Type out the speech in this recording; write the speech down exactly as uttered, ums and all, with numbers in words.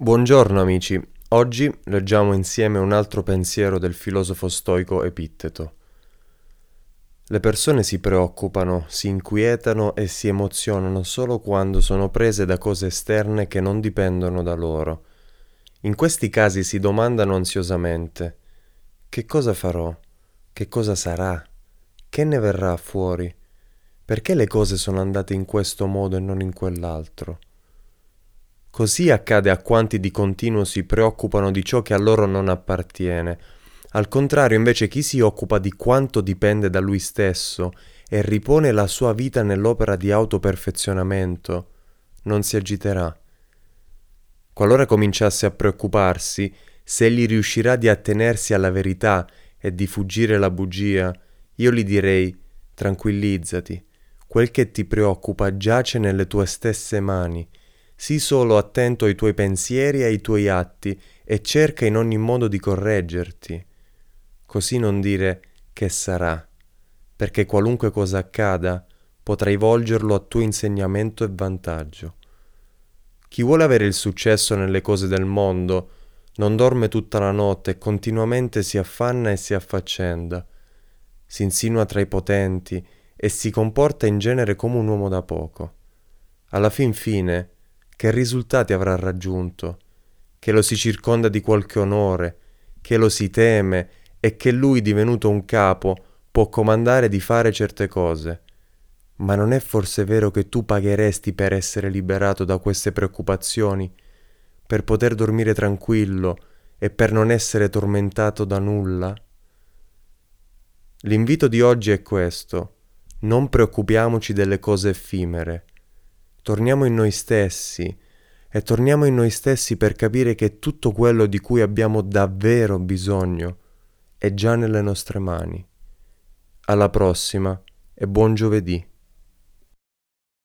Buongiorno amici, oggi leggiamo insieme un altro pensiero del filosofo stoico Epitteto. Le persone si preoccupano, si inquietano e si emozionano solo quando sono prese da cose esterne che non dipendono da loro. In questi casi si domandano ansiosamente: che cosa farò? Che cosa sarà? Che ne verrà fuori? Perché le cose sono andate in questo modo e non in quell'altro? Così accade a quanti di continuo si preoccupano di ciò che a loro non appartiene. Al contrario, invece, chi si occupa di quanto dipende da lui stesso e ripone la sua vita nell'opera di autoperfezionamento, non si agiterà. Qualora cominciasse a preoccuparsi se egli riuscirà di attenersi alla verità e di fuggire la bugia, io gli direi: tranquillizzati, quel che ti preoccupa giace nelle tue stesse mani. Sii solo attento ai tuoi pensieri e ai tuoi atti e cerca in ogni modo di correggerti. Così non dire che sarà, perché qualunque cosa accada potrai volgerlo a tuo insegnamento e vantaggio. Chi vuole avere il successo nelle cose del mondo non dorme tutta la notte e continuamente si affanna e si affaccenda, si insinua tra i potenti e si comporta in genere come un uomo da poco. Alla fin fine, che risultati avrà raggiunto? Che lo si circonda di qualche onore, che lo si teme e che lui, divenuto un capo, può comandare di fare certe cose. Ma non è forse vero che tu pagheresti per essere liberato da queste preoccupazioni, per poter dormire tranquillo e per non essere tormentato da nulla? L'invito di oggi è questo: non preoccupiamoci delle cose effimere. Torniamo in noi stessi e torniamo in noi stessi per capire che tutto quello di cui abbiamo davvero bisogno è già nelle nostre mani. Alla prossima e buon giovedì.